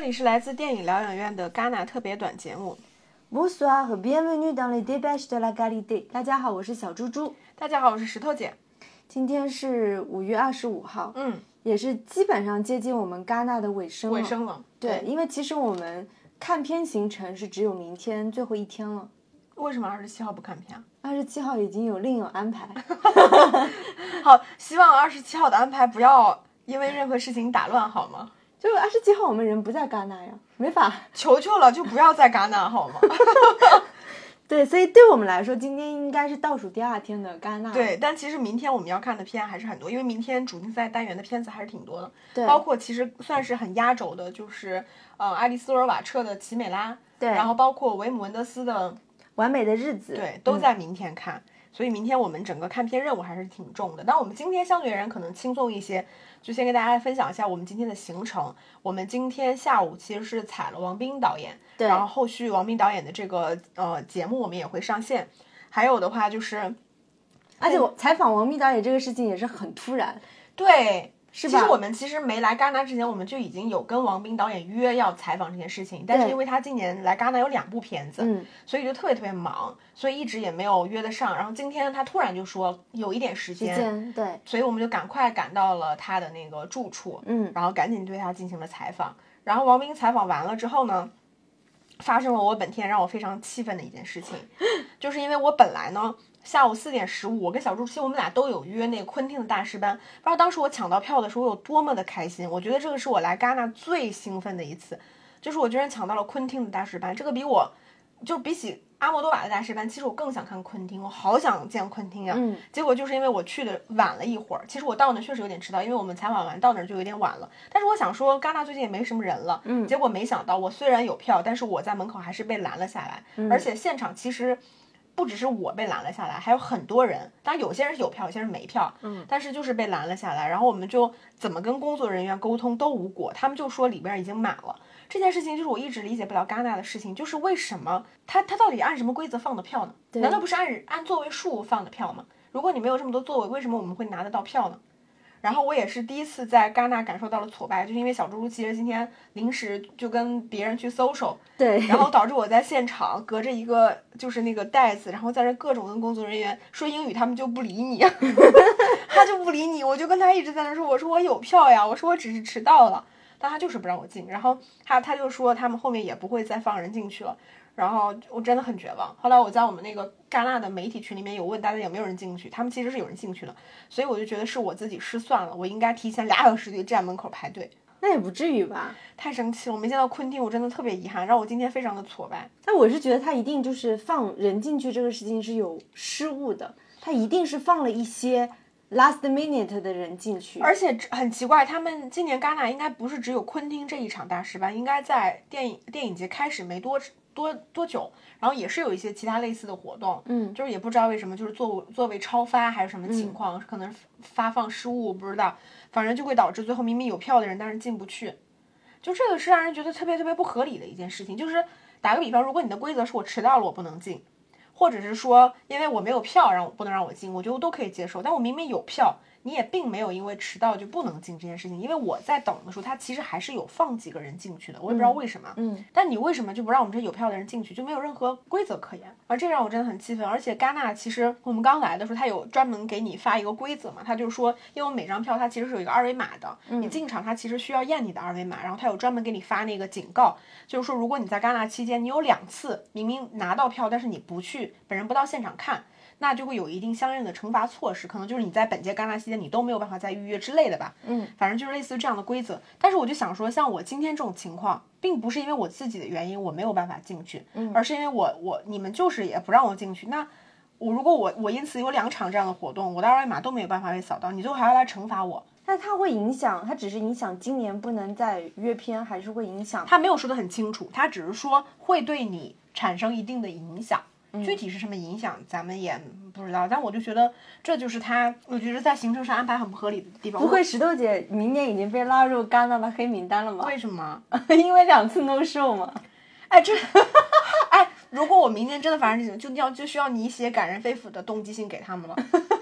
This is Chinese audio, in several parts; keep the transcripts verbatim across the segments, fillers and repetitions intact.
里是来自电影疗养院的戛纳特别短节目。 Bonsoir, bienvenue dans les débats de la qualité。大家好，我是小猪猪。 大家好，我是石头姐。 今天是五月二十五号， 嗯， 也是基本上接近我们戛纳的尾声了。 尾声了， 对，因为其实我们看片行程是只有明天最后一天了。 为什么二十七号不看片啊？ 二十七号已经有另有安排。 好，希望二十七号的安排不要因为任何事情打乱，好吗？ 就二十七号我们人不在戛纳呀，没法。 求求了，就不要在戛纳好吗？ 对，所以对我们来说，今天应该是倒数第二天的戛纳。 对，但其实明天我们要看的片还是很多，因为明天主竞赛单元的片子还是挺多的。 对， 包括其实算是很压轴的，就是呃爱丽丝·罗尔瓦彻的《奇美拉》， 对， 然后包括维姆·文德斯的《 完美的日子》， 对，都在明天看。嗯，所以明天我们整个看片任务还是挺重的，但我们今天相对而言可能轻松一些，就先跟大家分享一下我们今天的行程。我们今天下午其实是采了王斌导演， 对， 然后后续王斌导演的这个呃节目我们也会上线。还有的话就是， 而且我采访王斌导演这个事情也是很突然， 对。 是吧？ 其实我们其实没来戛纳之前，我们就已经有跟王斌导演约要采访这件事情，但是因为他今年来戛纳有两部片子， 嗯， 所以就特别特别忙，所以一直也没有约得上。然后今天他突然就说有一点时间， 时间对， 所以我们就赶快赶到了他的那个住处， 嗯， 然后赶紧对他进行了采访。然后王斌采访完了之后呢，发生了我本天让我非常气愤的一件事情，就是因为我本来呢。下午四点十五，我跟小猪其实我们俩都有约那个昆汀的大师班。不知道当时我抢到票的时候我有多么的开心，我觉得这个是我来戛纳最兴奋的一次，就是我居然抢到了昆汀的大师班。这个比我就比起阿莫多瓦的大师班，其实我更想看昆汀，我好想见昆汀啊。 嗯， 结果就是因为我去的晚了一会儿，其实我到那确实有点迟到，因为我们采访完到那儿就有点晚了。但是我想说戛纳最近也没什么人了， 嗯， 结果没想到我虽然有票，但是我在门口还是被拦了下来， 嗯， 而且现场其实。不只是我被拦了下来，还有很多人，当然有些人是有票，有些人没票， 嗯， 但是就是被拦了下来。然后我们就怎么跟工作人员沟通都无果，他们就说里边已经满了。这件事情就是我一直理解不了戛纳的事情，就是为什么他他到底按什么规则放的票呢？难道不是按按座位数放的票吗？如果你没有这么多座位，为什么我们会拿得到票呢？然后我也是第一次在戛纳感受到了挫败，就是因为小猪猪其实今天临时就跟别人去 social， 对， 然后导致我在现场隔着一个就是那个袋子，然后在这各种跟工作人员说英语，他们就不理你，他就不理你，我就跟他一直在那说，我说我有票呀，我说我只是迟到了，但他就是不让我进，然后他他就说他们后面也不会再放人进去了。然后我真的很绝望。后来我在我们那个戛纳的媒体群里面有问大家有没有人进去，他们其实是有人进去的，所以我就觉得是我自己失算了，我应该提前俩小时就站门口排队。 那也不至于吧？ 太生气了，我没见到昆汀，我真的特别遗憾，让我今天非常的挫败。 但我是觉得他一定就是放人进去这个事情是有失误的，他一定是放了一些 last minute 的人进去。 而且很奇怪，他们今年戛纳应该不是只有昆汀这一场大师班，应该在电影电影节开始没多多多久，然后也是有一些其他类似的活动， 嗯， 就是也不知道为什么，就是座座位超发还是什么情况，嗯、可能发放失误，不知道，反正就会导致最后明明有票的人但是进不去，就这个是让人觉得特别特别不合理的一件事情。就是打个比方，如果你的规则是我迟到了我不能进，或者是说因为我没有票让我不能让我进，我觉得我都可以接受，但我明明有票。你也并没有因为迟到就不能进这件事情，因为我在等的时候，他其实还是有放几个人进去的，我也不知道为什么。 嗯， 但你为什么就不让我们这有票的人进去，就没有任何规则可言？而这让我真的很气愤。而且戛纳其实我们刚来的时候，他有专门给你发一个规则嘛，他就是说，因为每张票它其实是有一个二维码的， 嗯、 你进场它其实需要验你的二维码，然后他有专门给你发那个警告，就是说如果你在戛纳期间你有两次明明拿到票，但是你不去，本人不到现场看。那就会有一定相应的惩罚措施，可能就是你在本届戛纳期间你都没有办法再预约之类的吧， 嗯， 反正就是类似于这样的规则。但是我就想说，像我今天这种情况，并不是因为我自己的原因我没有办法进去， 嗯， 而是因为我我你们就是也不让我进去。那我如果我我因此有两场这样的活动，我的二维码都没有办法被扫到，你最后还要来惩罚我。 那它会影响，它只是影响今年不能再约片，还是会影响？ 他没有说得很清楚，他只是说会对你产生一定的影响。具体是什么影响咱们也不知道，但我就觉得这就是他我觉得在行程上安排很不合理的地方。 不会石头姐明年已经被拉入戛纳的黑名单了吗？ 为什么？ 因为两次 no show 嘛。 哎，这哎，如果我明年真的发生这种，就要就需要你写感人肺腑的动机信给他们了。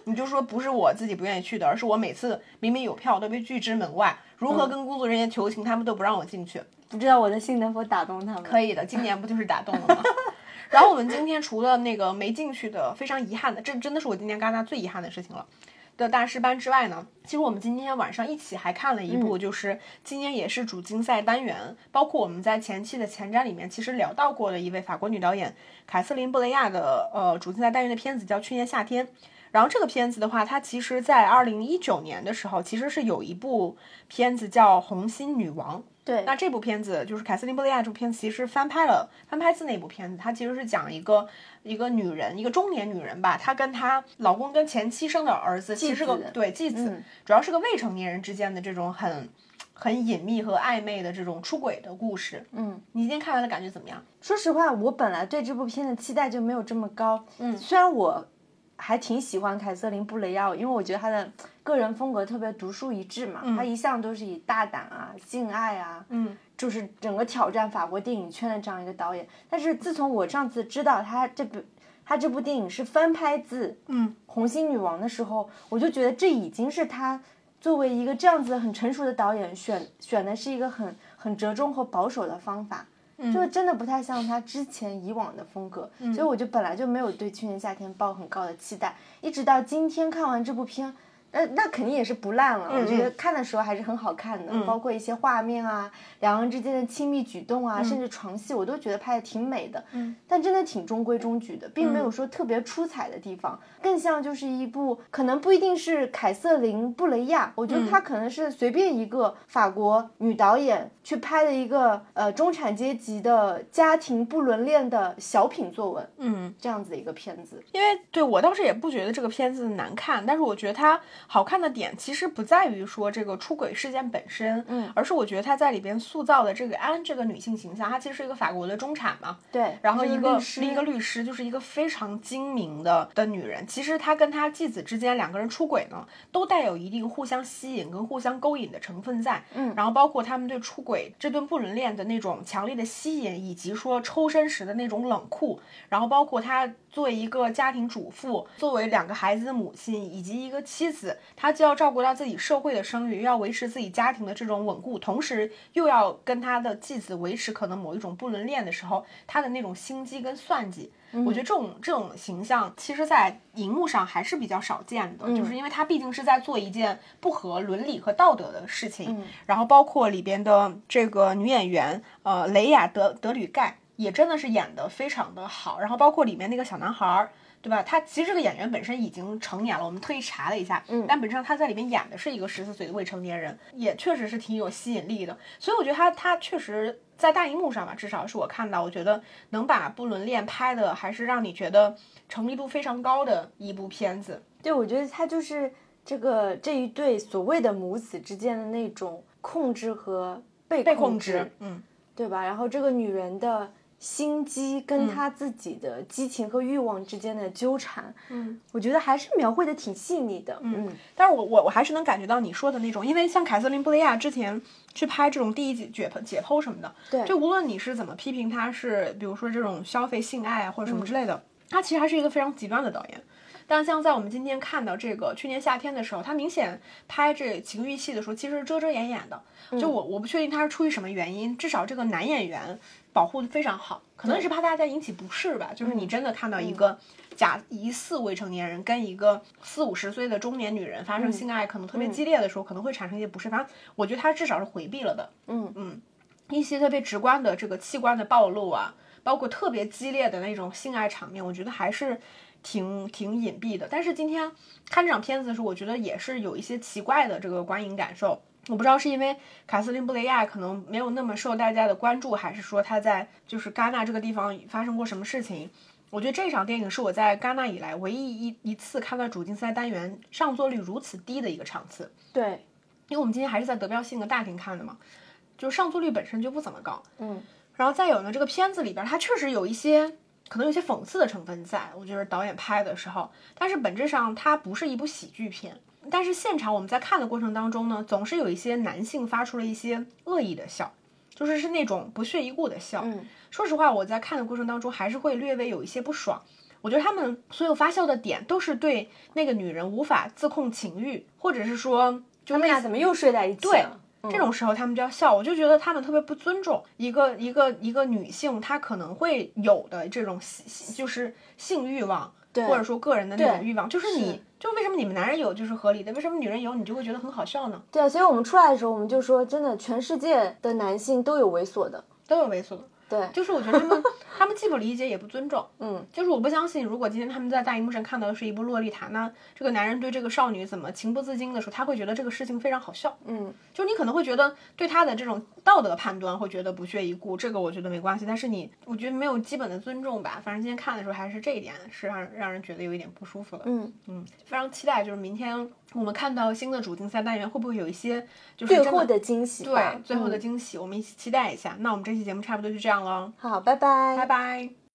你就说不是我自己不愿意去的，而是我每次明明有票都被拒之门外，如何跟工作人员求情，他们都不让我进去。 不知道我的信能否打动他们？ 可以的，今年不就是打动了吗？然后我们今天除了那个没进去的非常遗憾的，这真的是我今年戛纳最遗憾的事情了的大师班之外呢，其实我们今天晚上一起还看了一部，就是今年也是主竞赛单元、嗯、包括我们在前期的前瞻里面其实聊到过的一位法国女导演凯瑟琳·布雷亚的呃主竞赛单元的片子叫《去年夏天》。然后这个片子的话，它其实在二零一九年的时候其实是有一部片子叫《红心女王》。 对， 那这部片子就是凯瑟琳·布雷亚这部片子，其实翻拍了翻拍自那部片子，它其实是讲一个一个女人，一个中年女人吧，她跟她老公跟前妻生的儿子，其实是个对继子、嗯，主要是个未成年人之间的这种很很隐秘和暧昧的这种出轨的故事。 嗯， 你今天看完的感觉怎么样？ 说实话，我本来对这部片的期待就没有这么高。嗯，虽然我还挺喜欢凯瑟琳·布雷亚，因为我觉得她的个人风格特别独树一帜嘛，她、嗯、一向都是以大胆啊、性爱啊， 嗯， 就是整个挑战法国电影圈的这样一个导演。但是自从我上次知道她这部她这部电影是翻拍自嗯《红心女王》的时候，我就觉得这已经是她作为一个这样子很成熟的导演选选的是一个很很折中和保守的方法。就真的不太像他之前以往的风格、嗯、所以我就本来就没有对去年夏天抱很高的期待，一直到今天看完这部片，呃，那肯定也是不烂了、嗯、我觉得看的时候还是很好看的、嗯、包括一些画面啊，两个人之间的亲密举动啊、嗯、甚至床戏我都觉得拍的挺美的、嗯、但真的挺中规中矩的，并没有说特别出彩的地方、嗯、更像就是一部可能不一定是凯瑟琳·布雷亚，我觉得她可能是随便一个法国女导演去拍的一个呃中产阶级的家庭不伦恋的小品作文， 嗯， 这样子的一个片子。 因为对我倒是也不觉得这个片子难看，但是我觉得它好看的点其实不在于说这个出轨事件本身，嗯，而是我觉得它在里边塑造的这个安这个女性形象，她其实是一个法国的中产嘛， 对， 然后一个是一个律师，就是一个非常精明的的女人。其实她跟她继子之间两个人出轨呢，都带有一定互相吸引跟互相勾引的成分在，嗯，然后包括他们对出轨这顿不伦恋的那种强烈的吸引，以及说抽身时的那种冷酷，然后包括她作为一个家庭主妇，作为两个孩子的母亲，以及一个妻子，她既要照顾到自己社会的声誉，又要维持自己家庭的这种稳固，同时又要跟她的继子维持可能某一种不伦恋的时候，她的那种心机跟算计，我觉得这种这种形象其实在荧幕上还是比较少见的、嗯、就是因为他毕竟是在做一件不合伦理和道德的事情、嗯、然后包括里边的这个女演员呃雷亚德德吕盖也真的是演得非常的好，然后包括里面那个小男孩，对吧？他其实这个演员本身已经成年了，我们特意查了一下，嗯，但本质上他在里面演的是一个十四岁的未成年人，也确实是挺有吸引力的。所以我觉得他他确实在大荧幕上吧，至少是我看到，我觉得能把不伦恋拍的还是让你觉得成立度非常高的一部片子。 对，我觉得他就是这个这一对所谓的母子之间的那种控制和被控制， 被控制嗯， 对吧？然后这个女人的心机跟她自己的激情和欲望之间的纠缠，嗯，我觉得还是描绘的挺细腻的，嗯， 嗯但是我我我还是能感觉到你说的那种，因为像凯瑟琳·布雷亚之前去拍这种第一集解解剖什么的， 对， 就无论你是怎么批评她是，比如说这种消费性爱啊或者什么之类的，她、嗯、其实还是一个非常极端的导演。但像在我们今天看到这个去年夏天的时候，他明显拍这情欲戏的时候其实是遮遮掩掩的，就我我不确定他是出于什么原因，至少这个男演员保护的非常好，可能是怕大家引起不适吧，就是你真的看到一个假疑似未成年人跟一个四五十岁的中年女人发生性爱可能特别激烈的时候，可能会产生一些不适，反正我觉得他至少是回避了的，嗯嗯，一些特别直观的这个器官的暴露啊，包括特别激烈的那种性爱场面，我觉得还是挺挺隐蔽的。但是今天看这场片子的时候，我觉得也是有一些奇怪的这个观影感受。我不知道是因为凯瑟琳·布雷亚可能没有那么受大家的关注，还是说她在就是戛纳这个地方发生过什么事情。我觉得这场电影是我在戛纳以来唯一一一次看到主竞赛单元上座率如此低的一个场次。 对， 因为我们今天还是在德标性的大厅看的嘛，就是上座率本身就不怎么高。 嗯， 然后再有呢，这个片子里边它确实有一些可能有些讽刺的成分在，我觉得导演拍的时候，但是本质上它不是一部喜剧片。但是现场我们在看的过程当中呢，总是有一些男性发出了一些恶意的笑，就是是那种不屑一顾的笑。嗯，说实话，我在看的过程当中还是会略微有一些不爽。 我觉得他们所有发酵的点都是对那个女人无法自控情欲，或者是说就他们俩怎么又睡在一起了？ 对。这种时候他们就要笑，我就觉得他们特别不尊重一个一个一个女性她可能会有的这种就是性欲望，或者说个人的那种欲望，就是你就为什么你们男人有就是合理的，为什么女人有你就会觉得很好笑呢？ 对啊，所以我们出来的时候我们就说，真的全世界的男性都有猥琐的， 都有猥琐的。 对， 就是我觉得他们他们既不理解也不尊重， 嗯， 就是我不相信，如果今天他们在大荧幕上看到的是一部洛丽塔，那这个男人对这个少女怎么情不自禁的时候，他会觉得这个事情非常好笑， 嗯， 就你可能会觉得对他的这种道德判断会觉得不屑一顾，这个我觉得没关系，但是你我觉得没有基本的尊重吧，反正今天看的时候还是这一点是让让人觉得有一点不舒服的， 嗯嗯，非常期待就是明天我们看到新的主竞赛单元会不会有一些就是最后的惊喜吧， 对，最后的惊喜，嗯，我们一起期待一下。那我们这期节目差不多就这样了， 好，拜拜， 拜拜。